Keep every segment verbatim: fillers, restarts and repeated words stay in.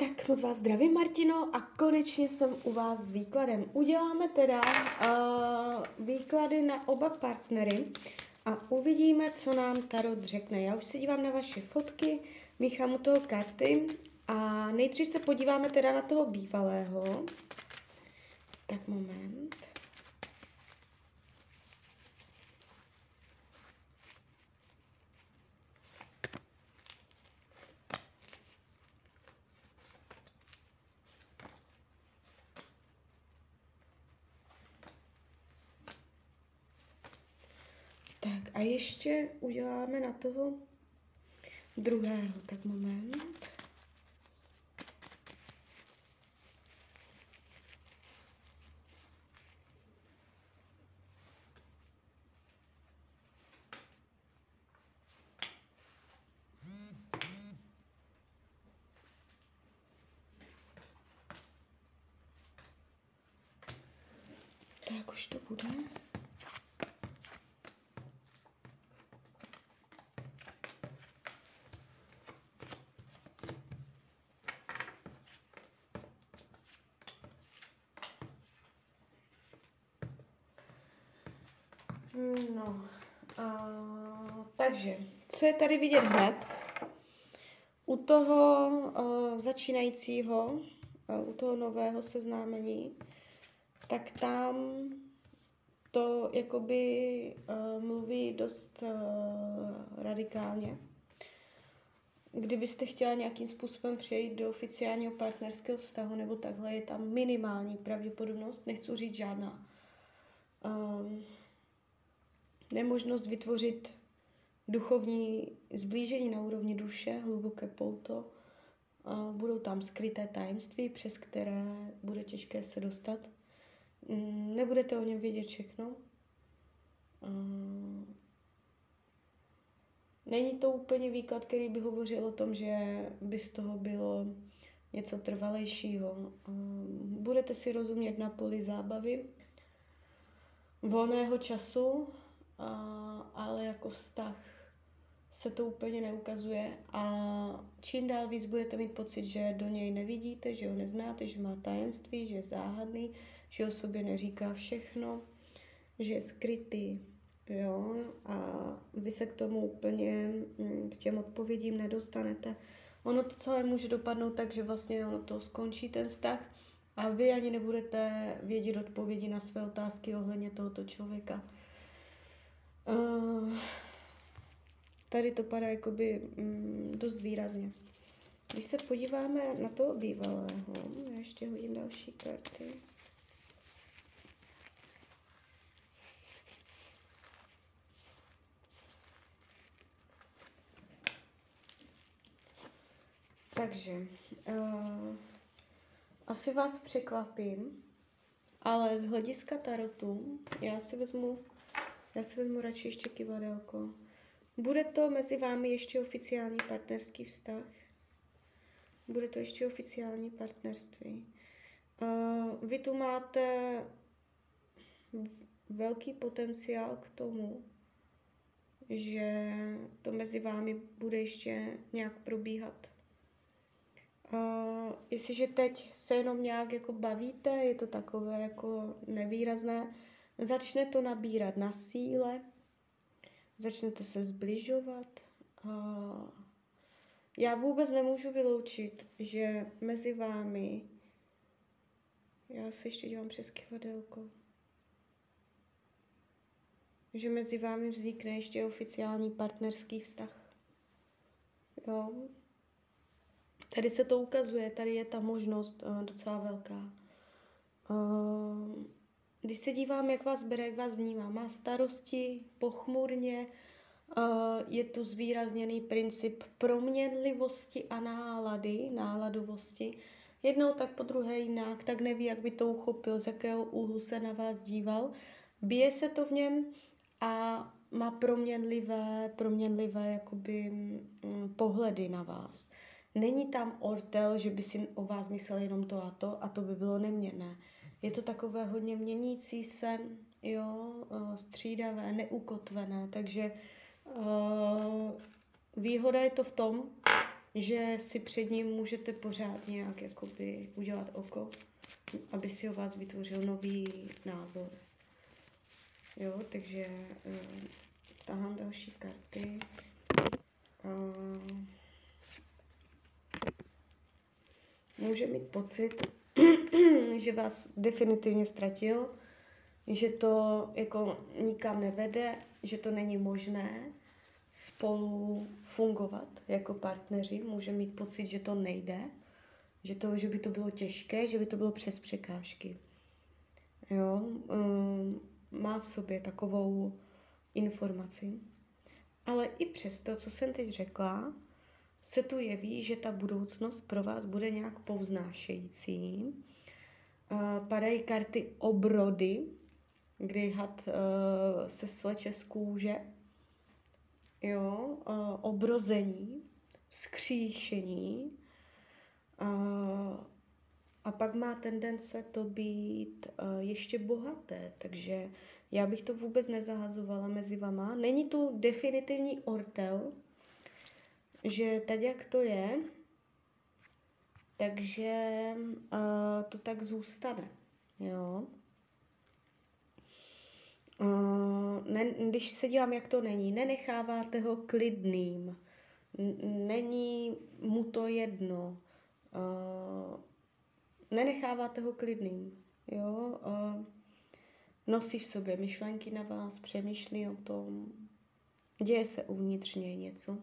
tak moc vás zdravím, Martino, a konečně jsem u vás s výkladem. Uděláme teda uh, výklady na oba partnery a uvidíme, co nám Tarot řekne. Já už se dívám na vaše fotky, míchám u toho karty a nejdřív se podíváme teda na toho bývalého. Tak moment. Tak a ještě uděláme na toho druhého, tak moment. Tak už to bude. No, uh, takže, co je tady vidět hned? U toho uh, začínajícího, uh, u toho nového seznámení, tak tam to jakoby uh, mluví dost uh, radikálně. Kdybyste chtěla nějakým způsobem přejít do oficiálního partnerského vztahu nebo takhle, je tam minimální pravděpodobnost, nechci říct žádná. Um, nemožnost vytvořit duchovní zblížení na úrovni duše, hluboké pouto. Uh, budou tam skryté tajemství, přes které bude těžké se dostat. Um, nebudete o něm vědět všechno. Uh, není to úplně výklad, který by hovořil o tom, že by z toho bylo něco trvalejšího. Uh, budete si rozumět na poli zábavy, volného času, a, ale jako vztah se to úplně neukazuje a čím dál víc budete mít pocit, že do něj nevidíte, že ho neznáte, že má tajemství, že je záhadný, že o sobě neříká všechno, že je skrytý, jo, a vy se k tomu úplně k těm odpovědím nedostanete. Ono to celé může dopadnout tak, že vlastně ono to skončí ten vztah a vy ani nebudete vědět odpovědi na své otázky ohledně tohoto člověka. Uh, tady to padá jakoby mm, dost výrazně. Když se podíváme na toho bývalého, já ještě hodím další karty. Takže, uh, asi vás překvapím, ale z hlediska tarotu, já si vezmu, já si vezmu radši ještě kivadelko. Bude to mezi vámi ještě oficiální partnerský vztah? Bude to ještě oficiální partnerství. Uh, vy tu máte velký potenciál k tomu, že to mezi vámi bude ještě nějak probíhat. Uh, jestliže teď se jenom nějak jako bavíte, je to takové jako nevýrazné, začne to nabírat na síle, začnete se zbližovat. Uh, já vůbec nemůžu vyloučit, že mezi vámi, já se ještě dívám přes kivadelko, že mezi vámi vznikne ještě oficiální partnerský vztah. Jo. Tady se to ukazuje, tady je ta možnost uh, docela velká. Uh, když se dívám, jak vás bere, jak vás vnímá, má starosti, pochmurně, uh, je tu zvýrazněný princip proměnlivosti a nálady, náladovosti. Jednou tak, po druhé jinak, tak neví, jak by to uchopil, z jakého úhlu se na vás díval. Bije se to v něm a má proměnlivé, proměnlivé jakoby, mm, pohledy na vás. Není tam ortel, že by si o vás myslel jenom to a to, a to by bylo neměnné. Je to takové hodně měnící se, jo, střídavé, neukotvené, takže uh, výhoda je to v tom, že si před ním můžete pořád nějak jakoby udělat oko, aby si o vás vytvořil nový názor. Jo, takže uh, tahám další karty. Uh, může mít pocit, že vás definitivně ztratil, že to jako nikam nevede, že to není možné spolu fungovat jako partneři. Může mít pocit, že to nejde, že, to, že by to bylo těžké, že by to bylo přes překážky. Jo, um, má v sobě takovou informaci. Ale i přesto, co jsem teď řekla, se tu jeví, že ta budoucnost pro vás bude nějak povznášející. Uh, padají karty obrody, kdy had uh, se sleče z kůže. Jo, uh, obrození, vzkříšení. Uh, a pak má tendence to být uh, ještě bohaté, takže já bych to vůbec nezahazovala mezi vama. Není tu definitivní ortel, že tak, jak to je, takže uh, to tak zůstane. Jo. Uh, ne, když se dívám, jak to není, nenecháváte ho klidným, N- není mu to jedno, uh, nenecháváte ho klidným, jo, uh, nosí v sobě myšlenky na vás, přemýšlí o tom, děje se uvnitř něj něco.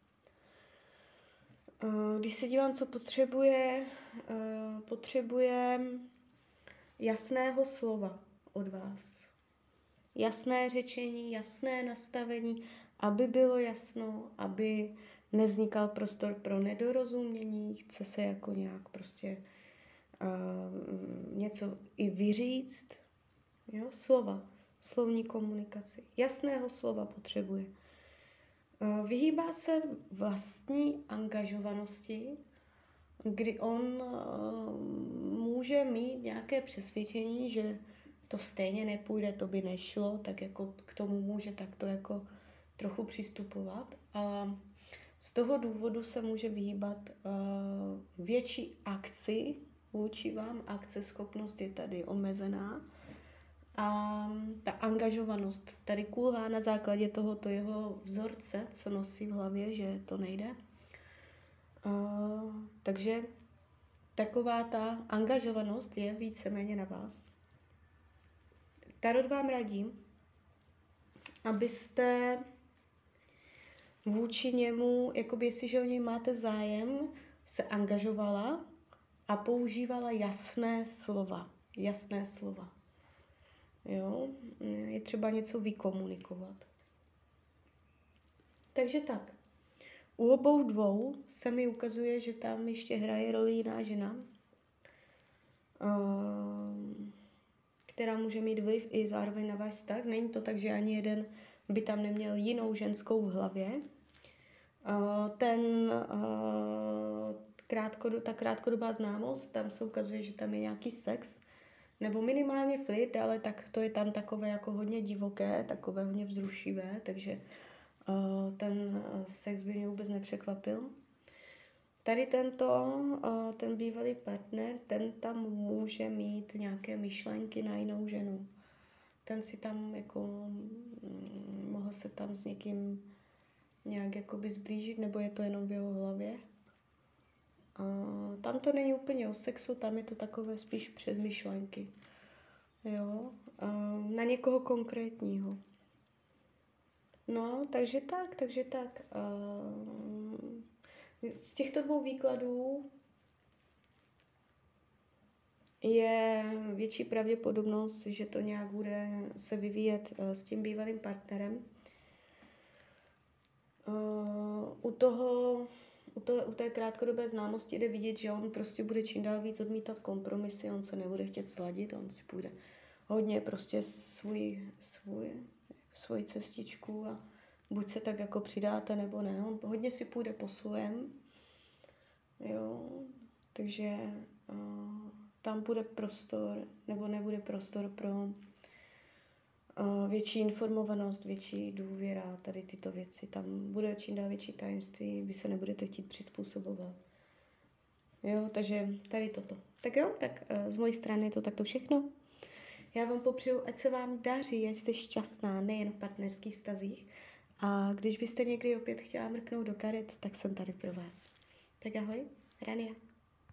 Uh, když se dívám, co potřebuje, uh, potřebuje jasného slova od vás. Jasné řečení, jasné nastavení, aby bylo jasno, aby nevznikal prostor pro nedorozumění, chce se jako nějak prostě uh, něco i vyříct. Jo? Slova, slovní komunikaci. Jasného slova potřebuje. Uh, vyhýbá se vlastní angažovanosti, kdy on uh, může mít nějaké přesvědčení, že to stejně nepůjde, to by nešlo, tak jako k tomu může takto jako trochu přistupovat. A z toho důvodu se může vyhýbat uh, větší akci vůči vám. Akceschopnost je tady omezená. A ta angažovanost tady kulhá na základě tohoto jeho vzorce, co nosí v hlavě, že to nejde. Uh, takže taková ta angažovanost je víceméně na vás. Tarot vám radí, abyste vůči němu, jakoby jestliže o něj máte zájem, se angažovala a používala jasné slova. Jasné slova. Jo? Je třeba něco vykomunikovat. Takže tak. U obou dvou se mi ukazuje, že tam ještě hraje roli jiná žena, která může mít vliv i zároveň na váš vztah. Není to tak, že ani jeden by tam neměl jinou ženskou v hlavě. Ten krátkodob, ta krátkodobá známost, tam se ukazuje, že tam je nějaký sex, nebo minimálně flirt, ale tak to je tam takové jako hodně divoké, takové hodně vzrušivé, takže ten sex by mě vůbec nepřekvapil. Tady tento, ten bývalý partner, ten tam může mít nějaké myšlenky na jinou ženu. Ten si tam jako mohl se tam s někým nějak jakoby zblížit, nebo je to jenom v jeho hlavě. A tam to není úplně o sexu, tam je to takové spíš přes myšlenky. Jo, a na někoho konkrétního. No, takže tak, takže tak. A z těchto dvou výkladů je větší pravděpodobnost, že to nějak bude se vyvíjet s tím bývalým partnerem. U toho, u, to, u té krátkodobé známosti jde vidět, že on prostě bude čím dál víc odmítat kompromisy, on se nebude chtět sladit, on si půjde hodně prostě svůj, svůj, svůj cestičku a buď se tak jako přidáte, nebo ne. On hodně si půjde po svém. Jo, takže uh, tam bude prostor, nebo nebude prostor pro, uh, větší informovanost, větší důvěra, tady tyto věci. Tam bude čím dál větší tajemství, vy se nebudete chtít přizpůsobovat. Jo, takže tady toto. Tak jo, tak uh, z mojí strany je to takto všechno. Já vám popřeju, ať se vám daří, ať jste šťastná, nejen v partnerských vztazích. A když byste někdy opět chtěla mrknout do karet, tak jsem tady pro vás. Tak ahoj, Rania.